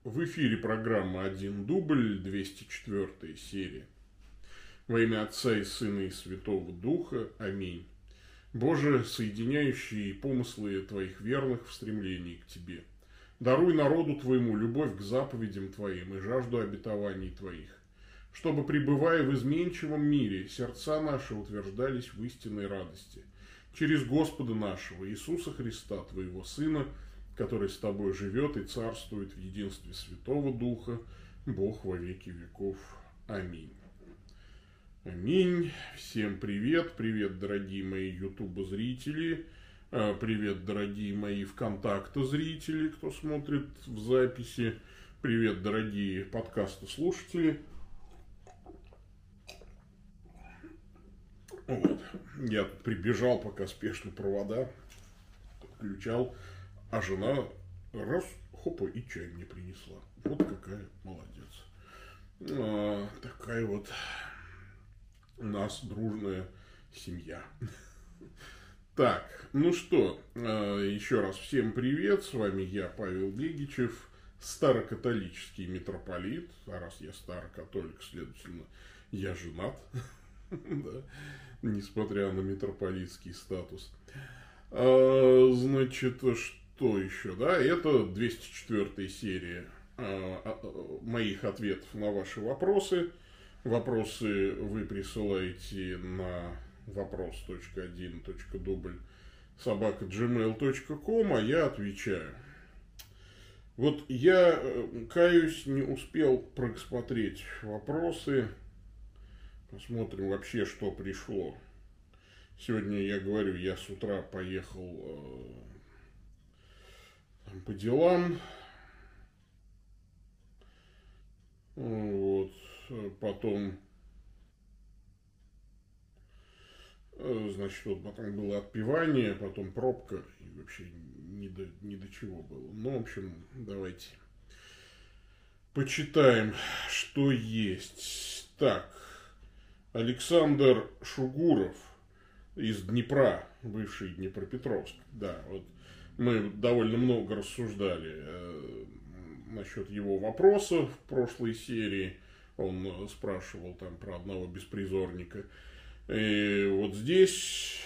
В эфире программа «Один дубль», 204 серия. Во имя Отца и Сына и Святого Духа. Аминь. Боже, соединяющий помыслы Твоих верных в стремлении к Тебе, даруй народу Твоему любовь к заповедям Твоим и жажду обетований Твоих, чтобы, пребывая в изменчивом мире, сердца наши утверждались в истинной радости через Господа нашего Иисуса Христа, Твоего Сына, который с Тобой живет и царствует в единстве Святого Духа, Бог во веки веков. Аминь. Аминь. Всем привет. Привет, дорогие мои ютуба-зрители. Привет, дорогие мои ВКонтакте-зрители, кто смотрит в записи. Привет, дорогие подкаста-слушатели. Вот. Я тут прибежал, пока спешно провода включал. А жена раз, хопа, и чай мне принесла. Вот какая молодец. Такая вот у нас дружная семья. Так, ну что, еще раз всем привет. С вами я, Павел Бегичев, старокатолический митрополит. А раз я старокатолик, следовательно, я женат. Несмотря на митрополитский статус. Значит, что еще, да, это 204 серия моих ответов на ваши вопросы. Вопросы вы присылаете на вопрос.1.дубль@gmail.com, а я отвечаю. Вот я, каюсь, не успел просмотреть вопросы. Посмотрим вообще, что пришло. Сегодня, я говорю, я с утра поехал по делам. Вот. Потом, значит, вот потом было отпевание, потом пробка. И вообще ни до чего было. Ну, в общем, давайте почитаем, что есть. Так. Александр Шугуров из Днепра, бывший Днепропетровск. Да, вот мы довольно много рассуждали насчет его вопросов в прошлой серии. Он спрашивал там про одного беспризорника. И вот здесь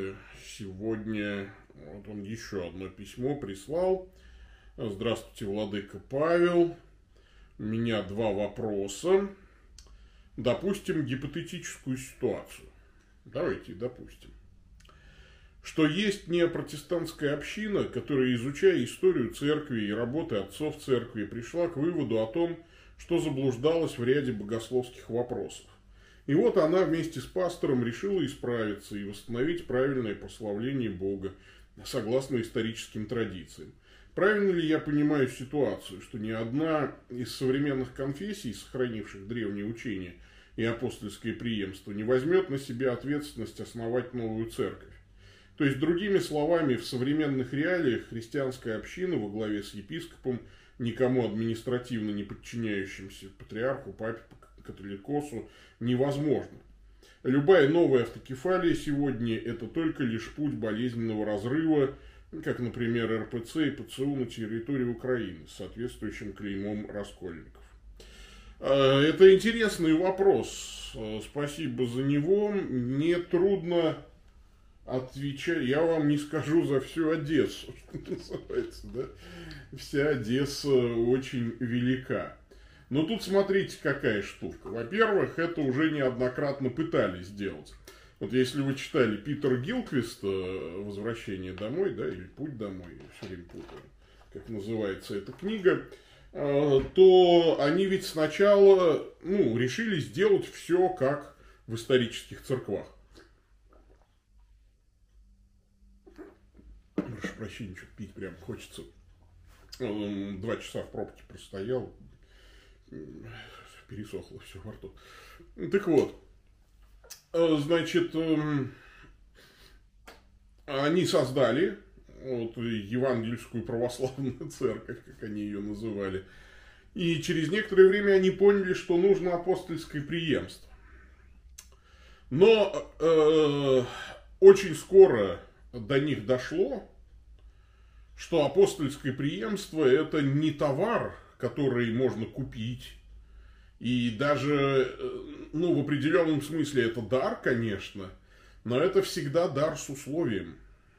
сегодня вот он еще одно письмо прислал. Здравствуйте, владыка Павел. У меня два вопроса. Допустим гипотетическую ситуацию. Давайте допустим. Что есть неопротестантская община, которая, изучая историю церкви и работы отцов церкви, пришла к выводу о том, что заблуждалась в ряде богословских вопросов. И вот она вместе с пастором решила исправиться и восстановить правильное прославление Бога, согласно историческим традициям. Правильно ли я понимаю ситуацию, что ни одна из современных конфессий, сохранивших древние учения и апостольское преемство, не возьмет на себя ответственность основать новую церковь? То есть, другими словами, в современных реалиях христианская община во главе с епископом, никому административно не подчиняющимся патриарху, папе, католикосу, невозможно. Любая новая автокефалия сегодня – это только лишь путь болезненного разрыва, как, например, РПЦ и ПЦУ на территории Украины с соответствующим клеймом раскольников. Это интересный вопрос. Спасибо за него. Мне трудно отвечать. Я вам не скажу за всю Одессу, что называется, да? Вся Одесса очень велика. Но тут смотрите, какая штука. Во-первых, это уже неоднократно пытались сделать. Вот если вы читали Питера Гилквиста «Возвращение домой», да, или «Путь домой», я все время путаю, как называется эта книга, то они ведь сначала, решили сделать все как в исторических церквах. Прошу прощения, что-то пить прям хочется. 2 часа в пробке простоял, пересохло все во рту. Так вот, значит, они создали вот евангельскую православную церковь, как они ее называли. И через некоторое время они поняли, что нужно апостольское преемство. Но очень скоро до них дошло, что апостольское преемство – это не товар, который можно купить. И даже, ну, в определенном смысле это дар, конечно, но это всегда дар с условием.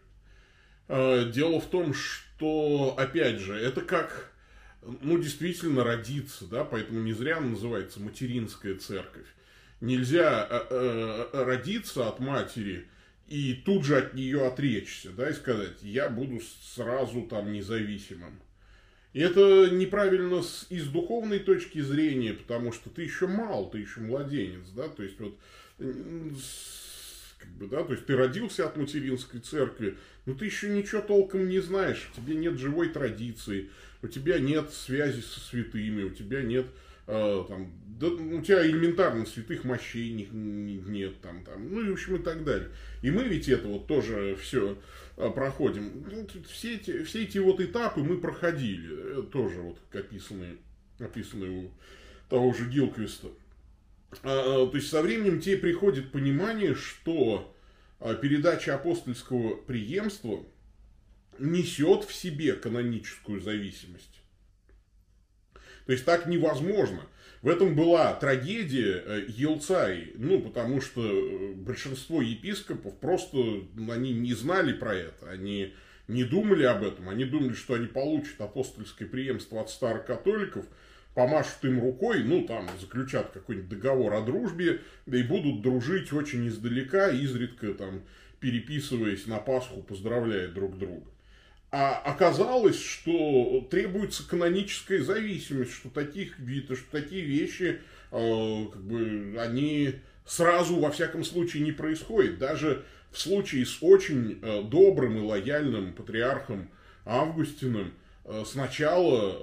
Дело в том, что, опять же, это как, ну, действительно родиться, да, поэтому не зря она называется материнская церковь. Нельзя родиться от матери и тут же от нее отречься, да, и сказать, я буду сразу там независимым. И это неправильно и с духовной точки зрения, потому что ты еще мал, ты еще младенец, да, то есть вот, как бы, да, то есть ты родился от материнской церкви, но ты еще ничего толком не знаешь, у тебя нет живой традиции, у тебя нет связи со святыми, у тебя нет там, да, у тебя элементарно святых мощей нет, там, ну и в общем и так далее. И мы ведь это вот тоже все проходим. Ну, все эти вот этапы мы проходили, тоже вот описанные у того же Гилквиста. То есть со временем тебе приходит понимание, что передача апостольского преемства несет в себе каноническую зависимость. То есть так невозможно. В этом была трагедия Елцаи, ну, потому что большинство епископов просто, они не знали про это, они не думали об этом, они думали, что они получат апостольское преемство от старокатоликов, помашут им рукой, ну, там, заключат какой-нибудь договор о дружбе, да и будут дружить очень издалека, изредка, там, переписываясь на Пасху, поздравляя друг друга. А оказалось, что требуется каноническая зависимость, что такие вещи, как бы, они сразу, во всяком случае, не происходят. Даже в случае с очень добрым и лояльным патриархом Августином сначала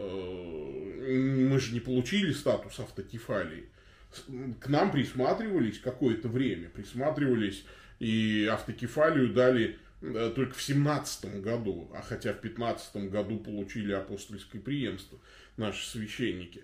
мы же не получили статус автокефалии. К нам присматривались какое-то время, и автокефалию дали только в 17 году, а хотя в 15 году получили апостольское преемство наши священники.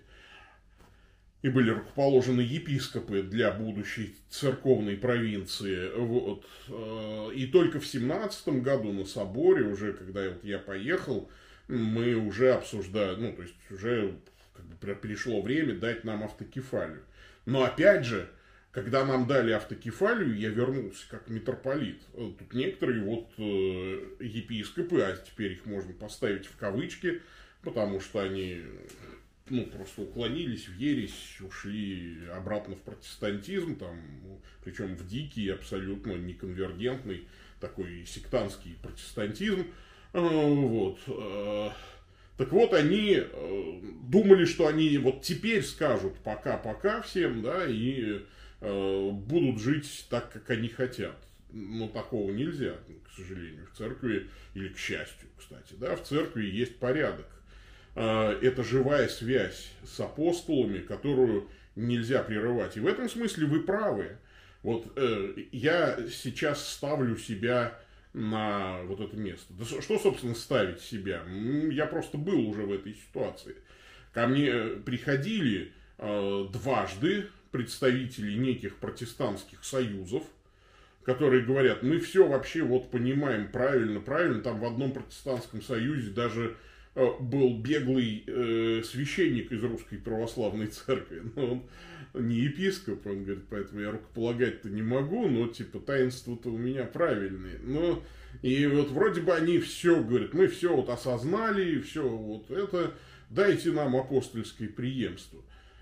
И были рукоположены епископы для будущей церковной провинции. Вот. И только в 17 году на соборе, уже когда вот я поехал, мы уже обсуждали, ну, то есть уже как бы пришло время дать нам автокефалию. Но опять же, когда нам дали автокефалию, я вернулся как митрополит. Тут некоторые вот епископы, а теперь их можно поставить в кавычки, потому что они, ну, просто уклонились в ересь, ушли обратно в протестантизм, там, причем в дикий, абсолютно неконвергентный, такой сектантский протестантизм. Вот. Так вот, они думали, что они вот теперь скажут пока-пока всем, да, и будут жить так, как они хотят. Но такого нельзя, к сожалению, в церкви, или к счастью, кстати, да, в церкви есть порядок. Это живая связь с апостолами, которую нельзя прерывать. И в этом смысле вы правы. Вот я сейчас ставлю себя на вот это место. Да что, собственно, ставить себя? Я просто был уже в этой ситуации. Ко мне приходили дважды представители неких протестантских союзов, которые говорят, мы все вообще вот понимаем правильно. Там в одном протестантском союзе даже был беглый священник из Русской Православной Церкви, но он не епископ, он говорит, поэтому я рукополагать-то не могу, но типа таинства-то у меня правильные. Но и вот вроде бы они все говорят, мы все вот осознали, все вот это, дайте нам апостольское преемство.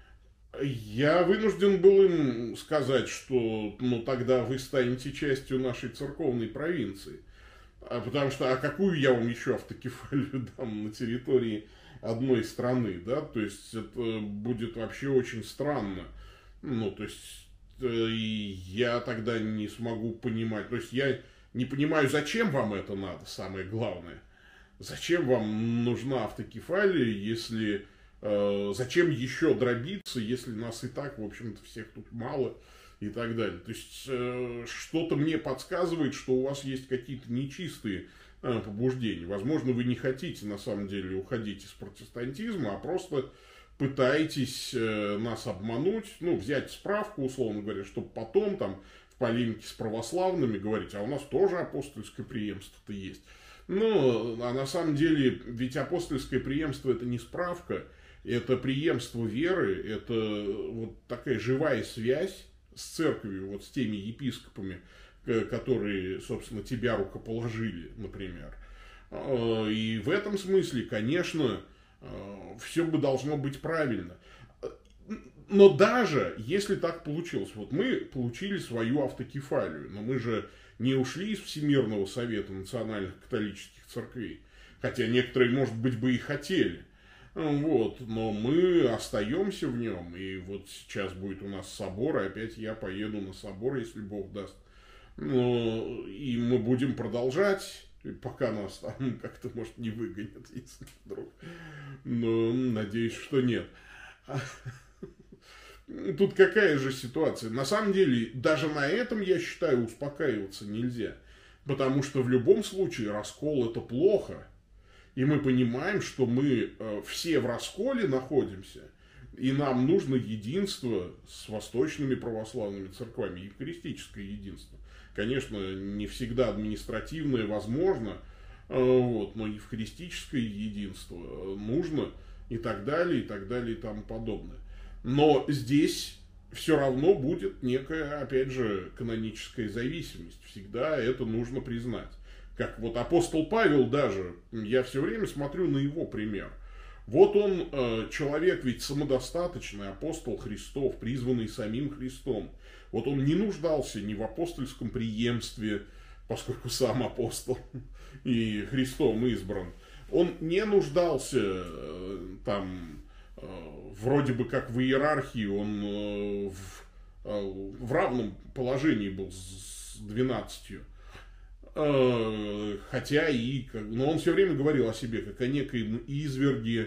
Я вынужден был им сказать, что ну тогда вы станете частью нашей церковной провинции. Потому что, а какую я вам еще автокефалию дам на территории одной страны, да? То есть, это будет вообще очень странно. Ну, то есть, я тогда не смогу понимать. То есть, я не понимаю, зачем вам это надо, самое главное. Зачем вам нужна автокефалия, если... Зачем еще дробиться, если нас и так, в общем-то, всех тут мало и так далее. То есть, что-то мне подсказывает, что у вас есть какие-то нечистые побуждения. Возможно, вы не хотите, на самом деле, уходить из протестантизма, а просто пытаетесь нас обмануть, ну, взять справку, условно говоря, чтобы потом там в полемике с православными говорить, а у нас тоже апостольское преемство-то есть. Ну, а на самом деле, ведь апостольское преемство это не справка, это преемство веры, это вот такая живая связь с церковью, вот с теми епископами, которые, собственно, тебя рукоположили, например. И в этом смысле, конечно, все бы должно быть правильно. Но даже если так получилось, вот мы получили свою автокефалию, но мы же не ушли из Всемирного Совета Национальных Католических Церквей, хотя некоторые, может быть, бы и хотели. Вот, но мы остаемся в нем, и вот сейчас будет у нас собор, и опять я поеду на собор, если Бог даст. Ну, и мы будем продолжать, пока нас там как-то, может, не выгонят, если вдруг. Но надеюсь, что нет. Тут какая же ситуация? На самом деле, даже на этом, я считаю, успокаиваться нельзя. Потому что в любом случае раскол это плохо. И мы понимаем, что мы все в расколе находимся. И нам нужно единство с восточными православными церквями, евхаристическое единство. Конечно, не всегда административное возможно, вот, но евхаристическое единство нужно и так далее, и так далее, и тому подобное. Но здесь все равно будет некая, опять же, каноническая зависимость. Всегда это нужно признать. Как вот апостол Павел даже, я все время смотрю на его пример. Вот он человек ведь самодостаточный, апостол Христов, призванный самим Христом. Вот он не нуждался ни в апостольском преемстве, поскольку сам апостол и Христом избран. Он не нуждался там вроде бы как в иерархии, он в равном положении был с 12. Хотя и... Но он все время говорил о себе, как о некоем изверге.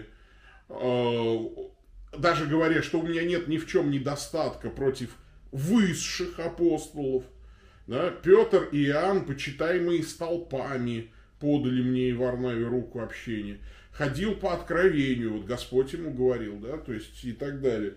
Даже говоря, что у меня нет ни в чем недостатка против высших апостолов. Да? Петр и Иоанн, почитаемые столпами, подали мне и Варнаве руку общения. Ходил по откровению, вот Господь ему говорил, да, то есть и так далее.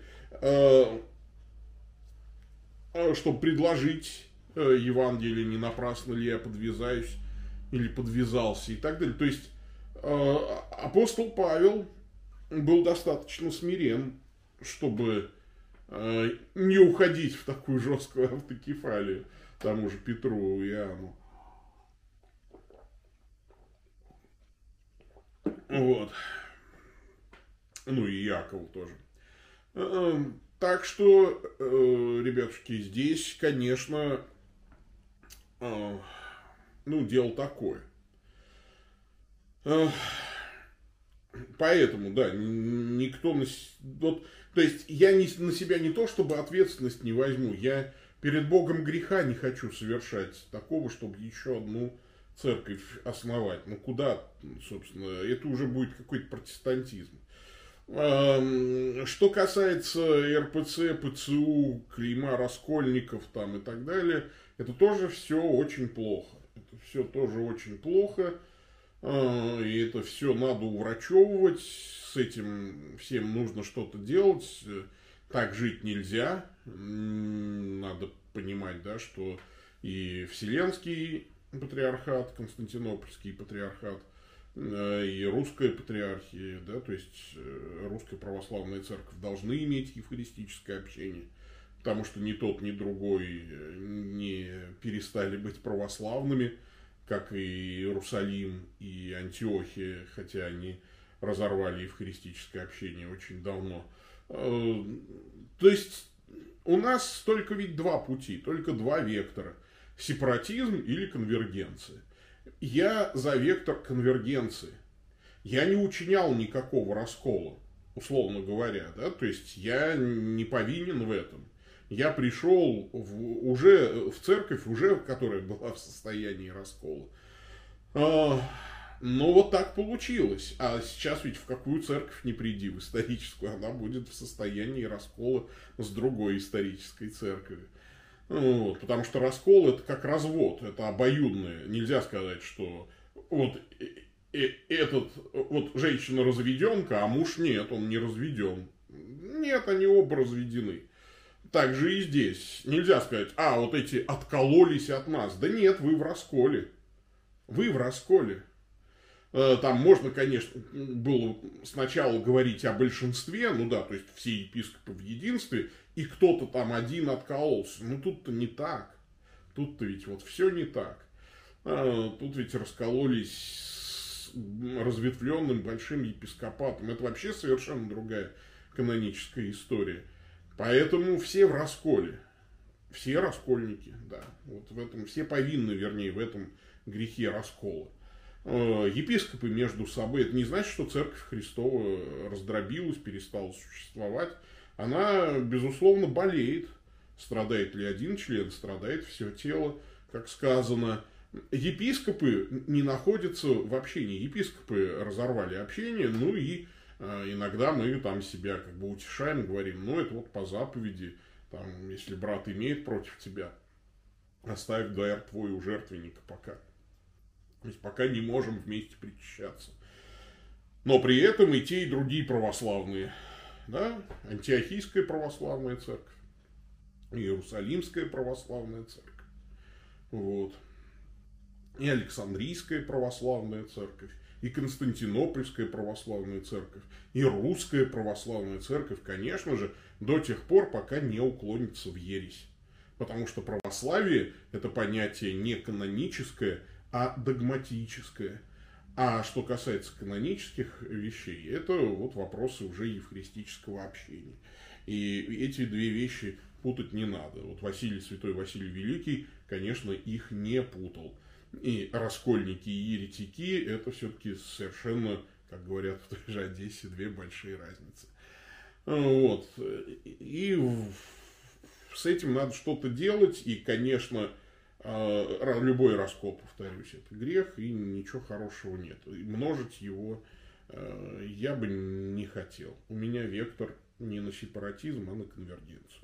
Чтобы предложить Евангелие, не напрасно ли я подвязаюсь или подвязался и так далее. То есть апостол Павел был достаточно смирен, чтобы не уходить в такую жесткую автокефалию тому же Петру и Иоанну. Вот. Ну и Якову тоже. Так что, ребятушки, здесь, конечно, ну, дело такое. Поэтому, да, никто... Вот, то есть, я на себя не то, чтобы ответственность не возьму, я перед Богом греха не хочу совершать такого, чтобы еще одну церковь основать. Ну, куда, собственно, это уже будет какой-то протестантизм. Что касается РПЦ, ПЦУ, клейма раскольников там и так далее, это тоже все очень плохо. Это все тоже очень плохо. И это все надо уврачевывать. С этим всем нужно что-то делать. Так жить нельзя. Надо понимать, да, что и Вселенский патриархат, Константинопольский патриархат, и русская патриархия, да, то есть русская православная церковь должны иметь евхаристическое общение, потому что ни тот, ни другой не перестали быть православными, как и Иерусалим и Антиохия, хотя они разорвали евхаристическое общение очень давно. То есть у нас только ведь два пути, только два вектора: сепаратизм или конвергенция. Я за вектор конвергенции. Я не учинял никакого раскола, условно говоря, да, то есть я не повинен в этом. Я пришел уже в церковь, уже, которая была в состоянии раскола. Но вот так получилось. А сейчас ведь в какую церковь не приди, в историческую, она будет в состоянии раскола с другой исторической церковью. Вот, потому что раскол это как развод, это обоюдное. Нельзя сказать, что вот вот женщина разведенка, а муж нет, он не разведен. Нет, они оба разведены. Так же и здесь. Нельзя сказать, вот эти откололись от нас. Да нет, вы в расколе. Вы в расколе. Там можно, конечно, было сначала говорить о большинстве, ну да, то есть все епископы в единстве, и кто-то там один откололся. Но тут-то не так. Тут-то ведь вот все не так. Тут ведь раскололись с разветвленным большим епископатом. Это вообще совершенно другая каноническая история. Поэтому все в расколе. Все раскольники, да. Вот в этом, все повинны, вернее, в этом грехе раскола. Епископы между собой, это не значит, что Церковь Христова раздробилась, перестала существовать. Она, безусловно, болеет. Страдает ли один член, страдает все тело, как сказано. Епископы не находятся в общении. Епископы разорвали общение, ну и иногда мы там себя как бы утешаем, говорим, ну это вот по заповеди, там, если брат имеет против тебя, оставь дар твой у жертвенника пока. То есть пока не можем вместе причащаться. Но при этом и те, и другие православные, да, Антиохийская православная церковь, Иерусалимская православная церковь, вот, и Александрийская православная церковь, и Константинопольская православная церковь, и Русская православная церковь, конечно же, до тех пор, пока не уклонится в ересь. Потому что православие – это понятие не каноническое, а догматическое. А что касается канонических вещей, это вот вопросы уже евхаристического общения. И эти две вещи путать не надо. Вот святой Василий Великий, конечно, их не путал. И раскольники и еретики – это все-таки совершенно, как говорят в той же Одессе, две большие разницы. Вот. И с этим надо что-то делать. И, конечно, любой раскол, повторюсь, это грех, и ничего хорошего нет. И множить его я бы не хотел. У меня вектор не на сепаратизм, а на конвергенцию.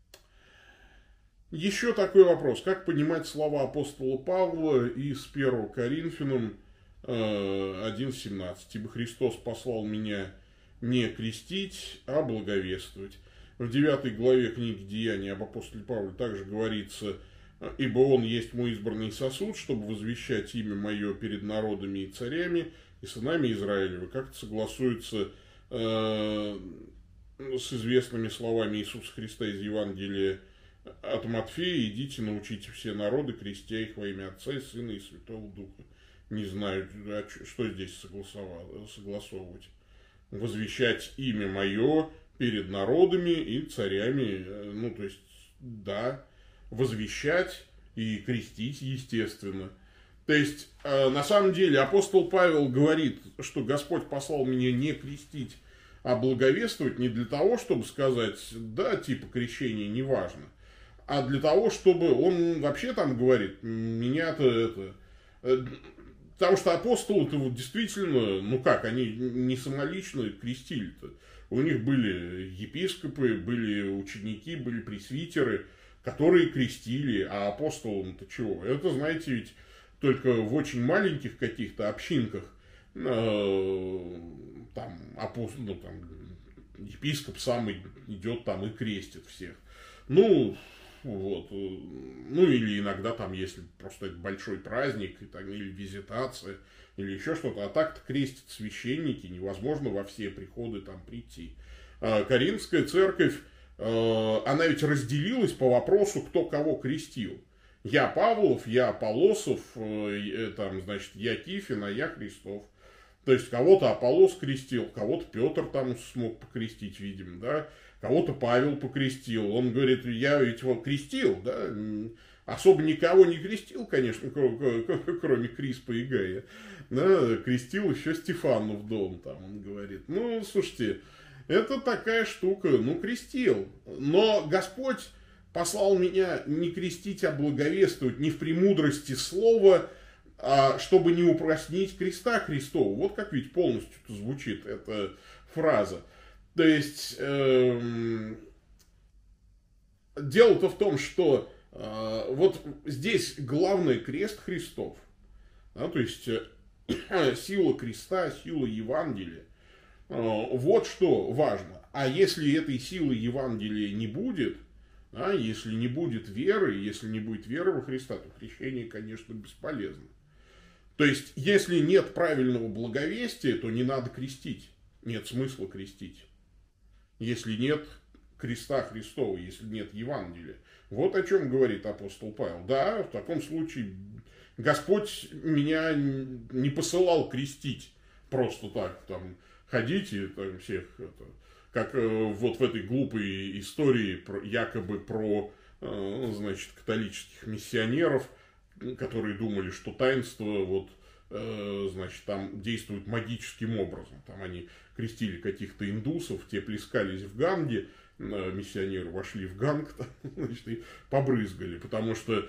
Еще такой вопрос. Как понимать слова апостола Павла из 1 Коринфянам 1:17? Ибо Христос послал меня не крестить, а благовествовать. В 9 главе книги Деяний об апостоле Павле также говорится: ибо он есть мой избранный сосуд, чтобы возвещать имя мое перед народами и царями, и сынами Израилева. Как-то согласуется с известными словами Иисуса Христа из Евангелия от Матфея: идите, научите все народы, крестя их во имя Отца и Сына и Святого Духа. Не знаю, что здесь согласовывать. Возвещать имя мое перед народами и царями. Ну, то есть, да, возвещать и крестить, естественно. То есть, на самом деле, апостол Павел говорит, что Господь послал меня не крестить, а благовествовать не для того, чтобы сказать, да, типа крещение не важно, а для того, чтобы он вообще там говорит, меня-то это... Потому что апостолы-то вот действительно, ну как, они не самолично крестили-то. У них были епископы, были ученики, были пресвитеры, которые крестили, а апостолам-то чего? Это, знаете, ведь только в очень маленьких каких-то общинках там апостол, ну, там, епископ сам идет там и крестит всех. Ну, вот. Ну, или иногда там, если просто это большой праздник, или визитация, или еще что-то. А так-то крестят священники, невозможно во все приходы там прийти. Коринфская церковь, она ведь разделилась по вопросу, кто кого крестил. Я Павлов, я Аполосов, там, значит, я Кифин, а я Христов. То есть, кого-то Аполлос крестил, кого-то Петр там смог покрестить, видимо, да. Кого-то Павел покрестил. Он говорит, я ведь его крестил, да. Особо никого не крестил, конечно, кроме Криспа и Гая. Да, крестил еще Стефану в дом, там, он говорит. Ну, слушайте, это такая штука, ну, крестил. Но Господь послал меня не крестить, а благовествовать, не в премудрости слова, чтобы не упразднить креста Христова. Вот как ведь полностью звучит эта фраза. То есть, дело-то в том, что вот здесь главный крест Христов. Да, то есть, сила креста, сила Евангелия. Вот что важно. А если этой силы Евангелия не будет, да, если не будет веры, если не будет веры во Христа, то крещение, конечно, бесполезно. То есть, если нет правильного благовестия, то не надо крестить. Нет смысла крестить. Если нет креста Христова, если нет Евангелия. Вот о чем говорит апостол Павел. Да, в таком случае Господь меня не посылал крестить просто так, там, ходите, там, всех, это, как вот в этой глупой истории якобы про, значит, католических миссионеров, которые думали, что таинство вот, значит, там действует магическим образом. Там они крестили каких-то индусов, те плескались в Ганге, миссионеры вошли в Ганг, там, значит, и побрызгали, потому что,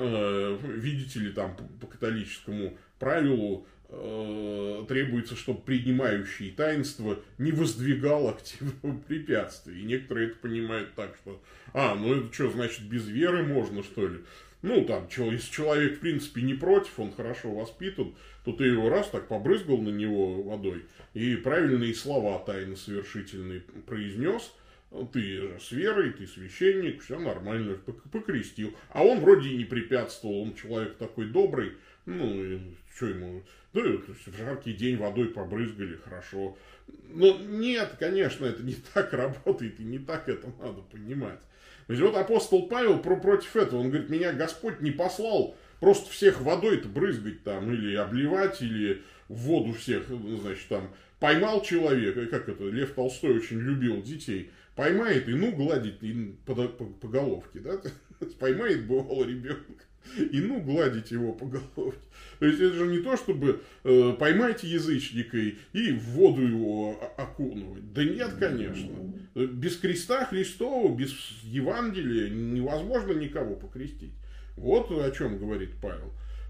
видите ли, там по католическому правилу требуется, чтобы принимающий таинство не воздвигал активного препятствия. И некоторые это понимают так, что, ну это что, значит, без веры можно, что ли? Ну, там, если человек, в принципе, не против, он хорошо воспитан, то ты его раз так побрызгал на него водой и правильные слова тайно совершительные произнес, ты же с верой, ты священник, все нормально, покрестил. А он вроде и не препятствовал, он человек такой добрый, ну, и что ему, да, в жаркий день водой побрызгали, хорошо. Но нет, конечно, это не так работает, и не так это надо понимать. То есть, вот апостол Павел против этого, он говорит, меня Господь не послал просто всех водой-то брызгать там, или обливать, или в воду всех, значит, там, поймал человека, как это, Лев Толстой очень любил детей, поймает и, ну, гладит и по головке, да, поймает, бывало, ребенка, и, ну, гладить его по головке. То есть, это же не то, чтобы поймать язычника и в воду его окунывать. Да нет, конечно. Без креста Христова, без Евангелия невозможно никого покрестить. Вот о чем говорит Павел.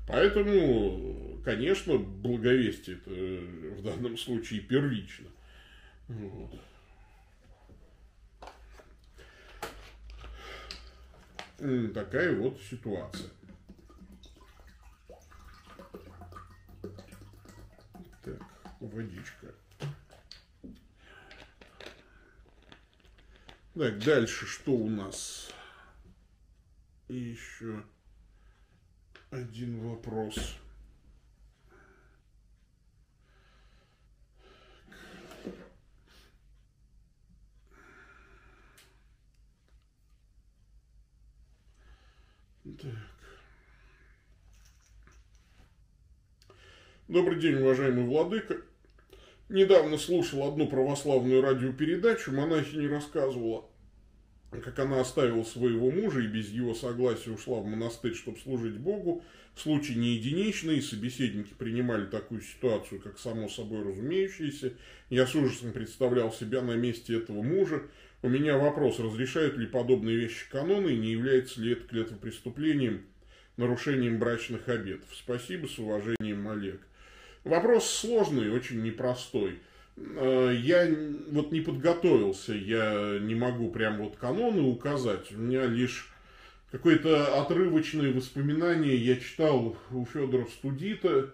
Поэтому, конечно, благовестие это в данном случае первично. Вот. Такая вот ситуация. Так, водичка. Так, дальше что у нас? И еще один вопрос. Так. Добрый день, уважаемый владыка. Недавно слушал одну православную радиопередачу. Монахиня рассказывала, как она оставила своего мужа и без его согласия ушла в монастырь, чтобы служить Богу. Случай не единичный, собеседники принимали такую ситуацию, как само собой разумеющееся. Я с ужасом представлял себя на месте этого мужа. У меня вопрос, разрешают ли подобные вещи каноны и не является ли это клятвопреступлением, нарушением брачных обетов? Спасибо, с уважением, Олег. Вопрос сложный, очень непростой. Я вот не подготовился, я не могу прям вот каноны указать. У меня лишь какое-то отрывочное воспоминание. Я читал у Федора Студита,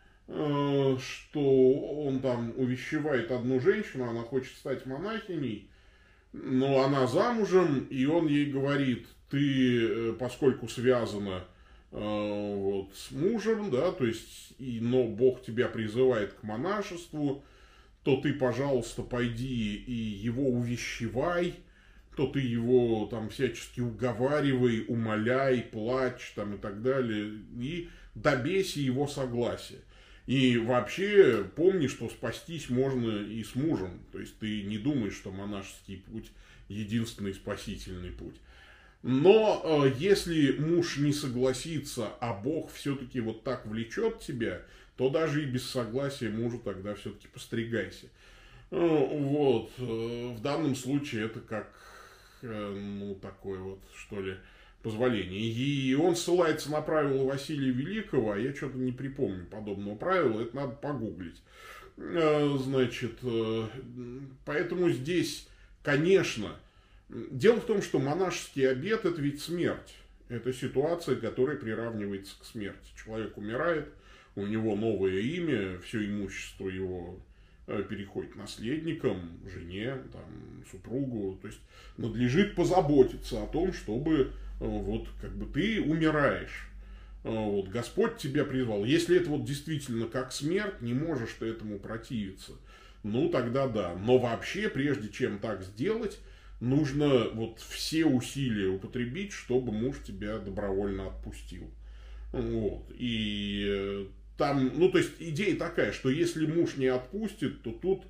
что он там увещевает одну женщину, она хочет стать монахиней, но она замужем, и он ей говорит, ты, поскольку связана вот, с мужем, да, то есть, но Бог тебя призывает к монашеству, то ты, пожалуйста, пойди и его увещевай, то ты его там всячески уговаривай, умоляй, плачь там и так далее, и добейся его согласия. И вообще помни, что спастись можно и с мужем, то есть ты не думаешь, что монашеский путь единственный спасительный путь. Но если муж не согласится, а Бог все-таки вот так влечет тебя, то даже и без согласия мужа тогда все-таки постригайся. Вот. В данном случае это как, ну, такое вот, что ли, позволение. И он ссылается на правила Василия Великого, а я что-то не припомню подобного правила, это надо погуглить. Значит, поэтому здесь, конечно, дело в том, что монашеский обет – это ведь смерть. Это ситуация, которая приравнивается к смерти. Человек умирает, у него новое имя, все имущество его переходит наследникам, жене, там, супругу. То есть надлежит позаботиться о том, чтобы вот как бы ты умираешь. Вот, Господь тебя призвал. Если это вот действительно как смерть, не можешь ты этому противиться. Ну, тогда да. Но вообще, прежде чем так сделать, нужно вот все усилия употребить, чтобы муж тебя добровольно отпустил. Вот. И там, ну, то есть идея такая, что если муж не отпустит, то тут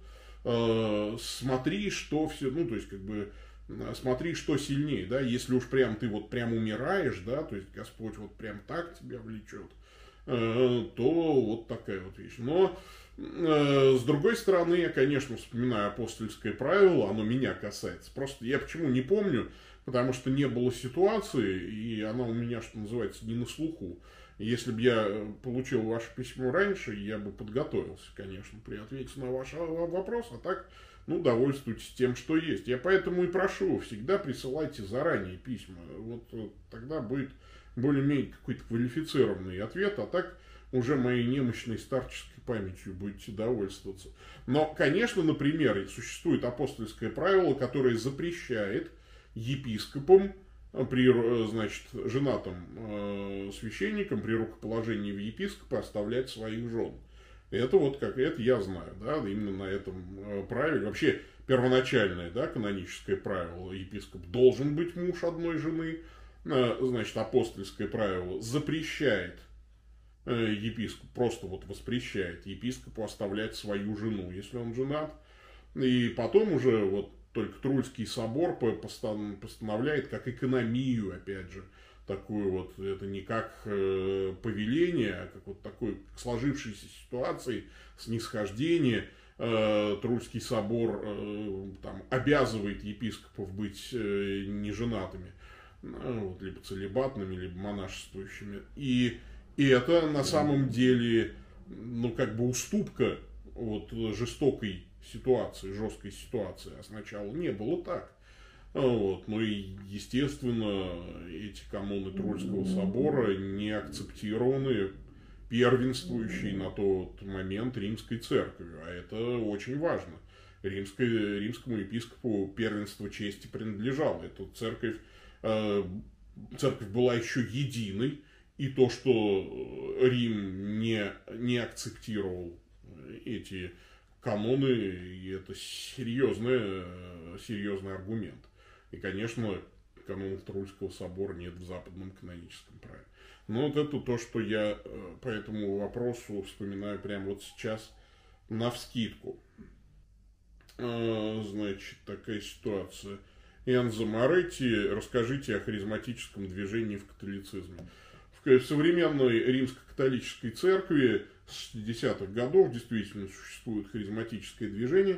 смотри, что все, ну, то есть, как бы, смотри, что сильнее, да, если уж прям ты вот прям умираешь, да, то есть Господь вот прям так тебя влечет, то вот такая вот вещь. Но с другой стороны, я, конечно, вспоминаю апостольское правило, оно меня касается. Просто я почему не помню, потому что не было ситуации, и она у меня, что называется, не на слуху. Если бы я получил ваше письмо раньше, я бы подготовился, конечно, при ответе на ваш вопрос, а так, ну, довольствуйтесь тем, что есть. Я поэтому и прошу, всегда присылайте заранее письма. Вот тогда будет более-менее какой-то квалифицированный ответ, а так уже моей немощной старческой памятью будете довольствоваться. Но, конечно, например, существует апостольское правило, которое запрещает епископам при, значит, женатым священникам при рукоположении в епископа оставлять своих жен. Это вот как это я знаю, да, именно на этом правиле. Вообще первоначальное, да, каноническое правило: епископ должен быть муж одной жены. Значит, апостольское правило запрещает епископ, просто вот воспрещает епископу оставлять свою жену, если он женат. И потом уже вот только Трульский собор постановляет как экономию, опять же, такую вот, это не как повеление, а как вот такой сложившейся ситуации, снисхождение. Трульский собор там обязывает епископов быть неженатыми, вот, либо целибатными, либо монашествующими. И это на самом деле, ну, как бы уступка от жестокой ситуации, жесткой ситуации, а сначала не было так. Вот. Ну и, естественно, эти каноны Трульского собора не акцептированы первенствующей на тот момент римской церковью, а это очень важно. Римскому епископу первенство чести принадлежало. Эта церковь была еще единой, и то, что Рим не акцептировал эти каноны, и это серьезный аргумент. И, конечно, канонов Трульского собора нет в западном каноническом праве. Но вот это то, что я по этому вопросу вспоминаю прямо вот сейчас навскидку. Значит, такая ситуация. Энзо Моретти, расскажите о харизматическом движении в католицизме. В современной римско-католической церкви с 60-х годов действительно существует харизматическое движение,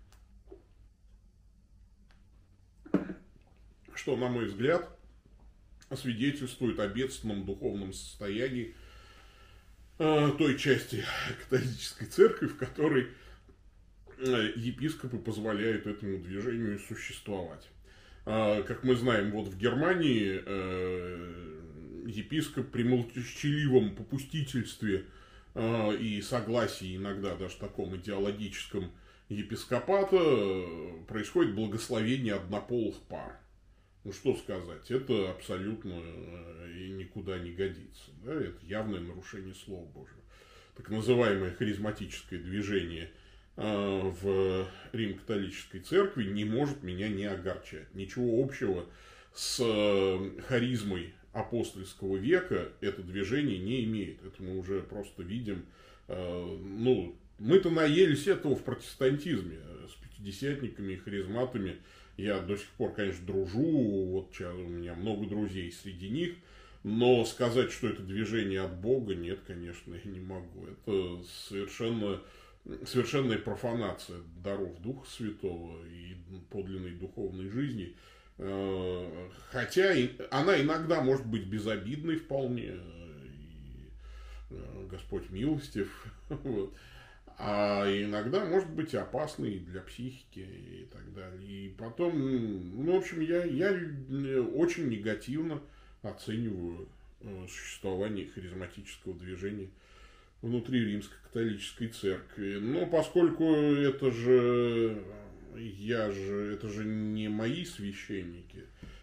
что, на мой взгляд, свидетельствует о бедственном духовном состоянии той части католической церкви, в которой епископы позволяют этому движению существовать. Как мы знаем, вот в Германии епископ при молчаливом попустительстве и согласии, иногда даже таком идеологическом епископата, происходит благословение однополых пар. Ну, что сказать, это абсолютно и никуда не годится. Да? Это явное нарушение Слова Божьего. Так называемое харизматическое движение в Рим-католической церкви не может меня не огорчать. Ничего общего с харизмой апостольского века это движение не имеет. Это мы уже просто видим. Ну, мы-то наелись этого в протестантизме с пятидесятниками и харизматами. Я до сих пор, конечно, дружу, вот у меня много друзей среди них, но сказать, что это движение от Бога, нет, конечно, я не могу. Это совершенная профанация даров Духа Святого и подлинной духовной жизни. Хотя она иногда может быть безобидной вполне, и Господь милостив, вот. А иногда может быть опасной для психики и так далее. И потом, ну, в общем, я очень негативно оцениваю существование харизматического движения внутри Римско-католической церкви. Но поскольку это же не мои священники,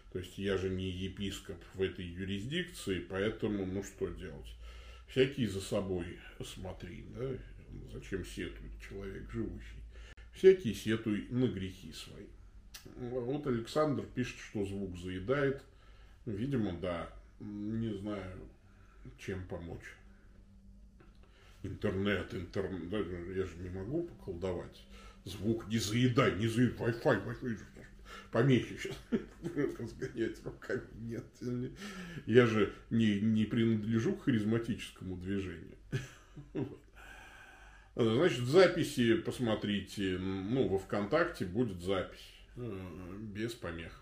То есть я же не епископ в этой юрисдикции, поэтому, ну что делать? Всякий за собой смотри, да? Зачем сетует человек живущий? Всякий сетуй на грехи свои. Вот Александр пишет, что звук заедает. Видимо, да. Не знаю, чем помочь. Интернет. Да, я же не могу поколдовать. Звук не заедай, Wi-Fi. Помехи сейчас разгонять руками. Нет. Я же не принадлежу к харизматическому движению. Значит, записи посмотрите. Ну, во ВКонтакте будет запись. Без помех.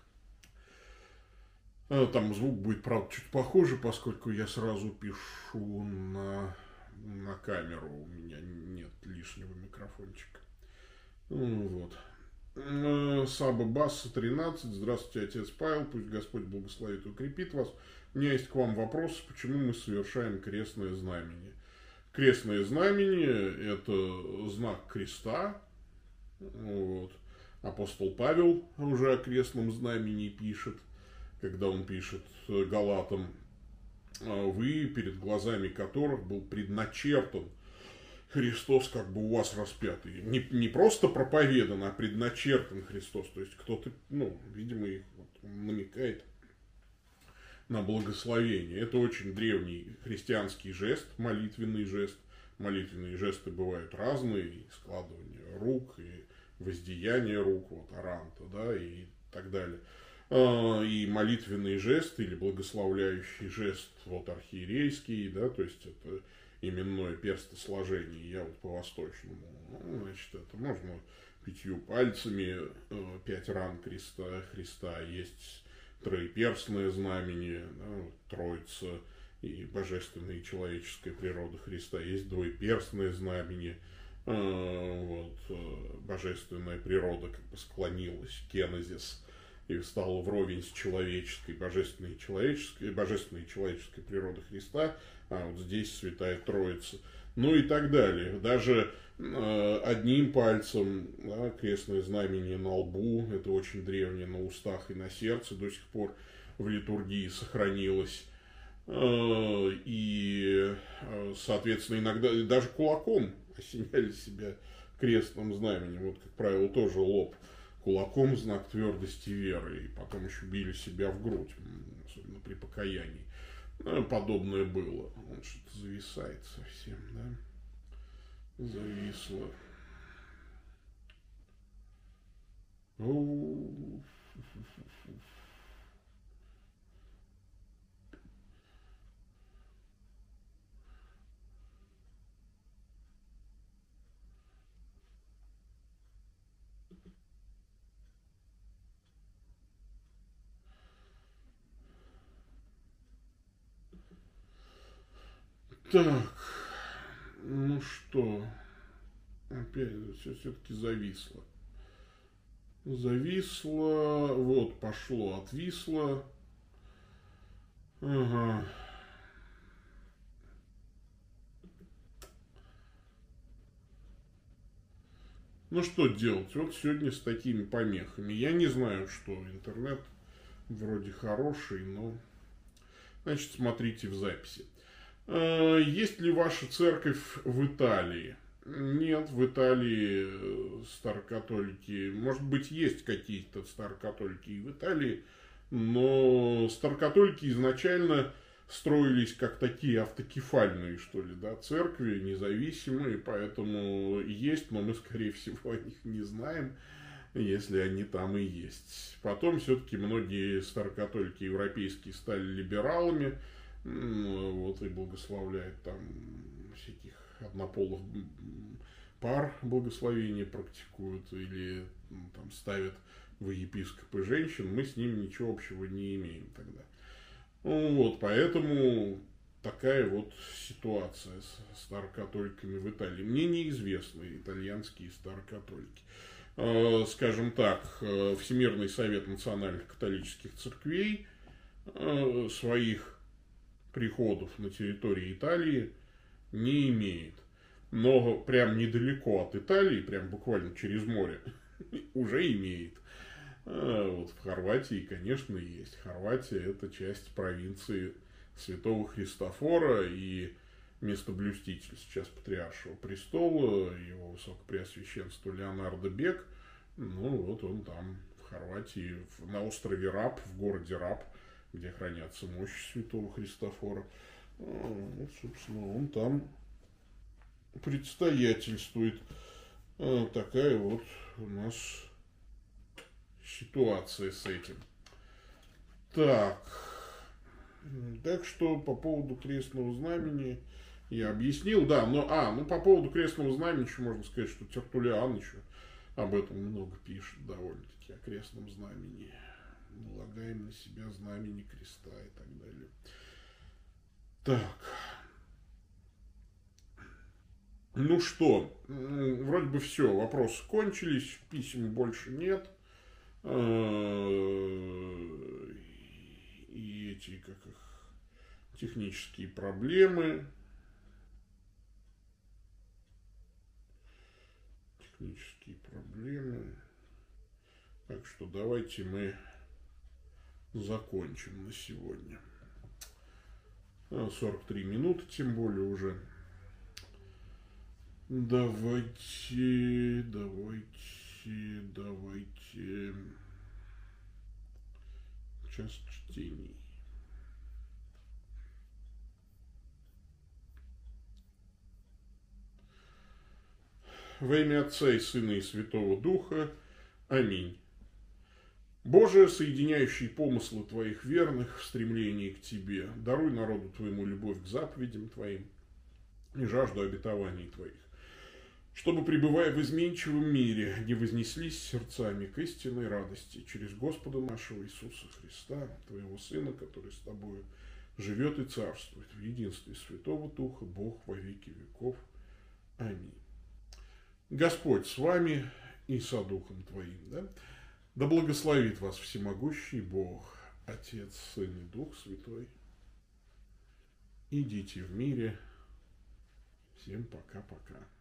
Там звук будет, правда, чуть похуже, поскольку я сразу пишу на камеру. У меня нет лишнего микрофончика. Вот. Саба Басса 13. Здравствуйте, отец Павел. Пусть Господь благословит и укрепит вас. У меня есть к вам вопрос, почему мы совершаем крестное знамение. Крестное знамение – это знак креста. Вот. Апостол Павел уже о крестном знамении пишет, когда он пишет Галатам: вы, перед глазами которых был предначертан Христос, как бы у вас распятый. Не просто проповедан, а предначертан Христос. То есть кто-то, видимо, их намекает на благословение. Это очень древний христианский жест, молитвенный жест. Молитвенные жесты бывают разные, и складывание рук, и воздеяние рук, вот аранта, да, и так далее. И молитвенный жест или благословляющий жест, вот архиерейский, да, то есть это именное перстосложение, я вот по-восточному, значит, это можно 5 пальцами, 5 ран Христа, есть троеперстное знамение, да, Троица и божественная и человеческая природа Христа, есть двоеперстное знамение, вот, божественная природа как бы склонилась, кенезис, и встала вровень с человеческой, божественной и человеческой природой Христа, а вот здесь Святая Троица, ну и так далее. Даже одним пальцем, да, крестное знамение на лбу, это очень древнее, на устах и на сердце до сих пор в литургии сохранилось. И, соответственно, иногда даже кулаком осеняли себя крестным знаменем. Вот, как правило, тоже лоб кулаком — знак твердости веры. И потом еще били себя в грудь, особенно при покаянии. Подобное было. Вот что-то зависает совсем, да? Зависло. Так, ну что, опять все-таки зависло. Зависло, вот пошло, отвисло. Ага. Ну что делать? Вот сегодня с такими помехами. Я не знаю, что интернет вроде хороший, но... Значит, смотрите в записи. Есть ли ваша церковь в Италии? Нет, в Италии старокатолики, может быть, есть какие-то старокатолики и в Италии, но старокатолики изначально строились как такие автокефальные, что ли, да, церкви, независимые, поэтому есть, но мы, скорее всего, о них не знаем, если они там и есть. Потом все-таки многие старокатолики европейские стали либералами, вот, и благословляют там всяких однополых пар, благословения практикуют, или там ставят в епископы женщин, мы с ними ничего общего не имеем тогда. Вот, поэтому такая вот ситуация с старокатоликами в Италии. Мне неизвестны итальянские старокатолики. Скажем так, Всемирный совет национальных католических церквей своих приходов на территории Италии не имеет. Но прям недалеко от Италии, прям буквально через море, уже имеет. Вот в Хорватии, конечно, есть. Хорватия – это часть провинции Святого Христофора, и местоблюститель сейчас Патриаршего престола, его высокопреосвященство Леонардо Бек, ну вот он там, в Хорватии, на острове Раб, в городе Раб, где хранятся мощи Святого Христофора. Вот, собственно, он там предстоятельствует. Такая вот у нас ситуация с этим. Так. Так что по поводу крестного знамени я объяснил. Да, но по поводу крестного знамени еще можно сказать, что Тертуллиан еще об этом много пишет довольно-таки, о крестном знамени. Налагаем на себя знамени креста и так далее. Так. Ну что, вроде бы все, вопросы кончились, писем больше нет. И эти, как их, технические проблемы. Так что давайте мы закончим на сегодня. 43 минуты, тем более уже. Давайте. Час чтений. Во имя Отца и Сына и Святого Духа. Аминь. Боже, соединяющий помыслы Твоих верных в стремлении к Тебе, даруй народу Твоему любовь к заповедям Твоим и жажду обетований Твоих, чтобы, пребывая в изменчивом мире, не вознеслись сердцами к истинной радости через Господа нашего Иисуса Христа, Твоего Сына, который с Тобою живет и царствует в единстве Святого Духа, Бог во веки веков. Аминь. Господь с вами и со Духом Твоим, да? Да благословит вас всемогущий Бог, Отец, Сын и Дух Святой. Идите в мире. Всем пока-пока.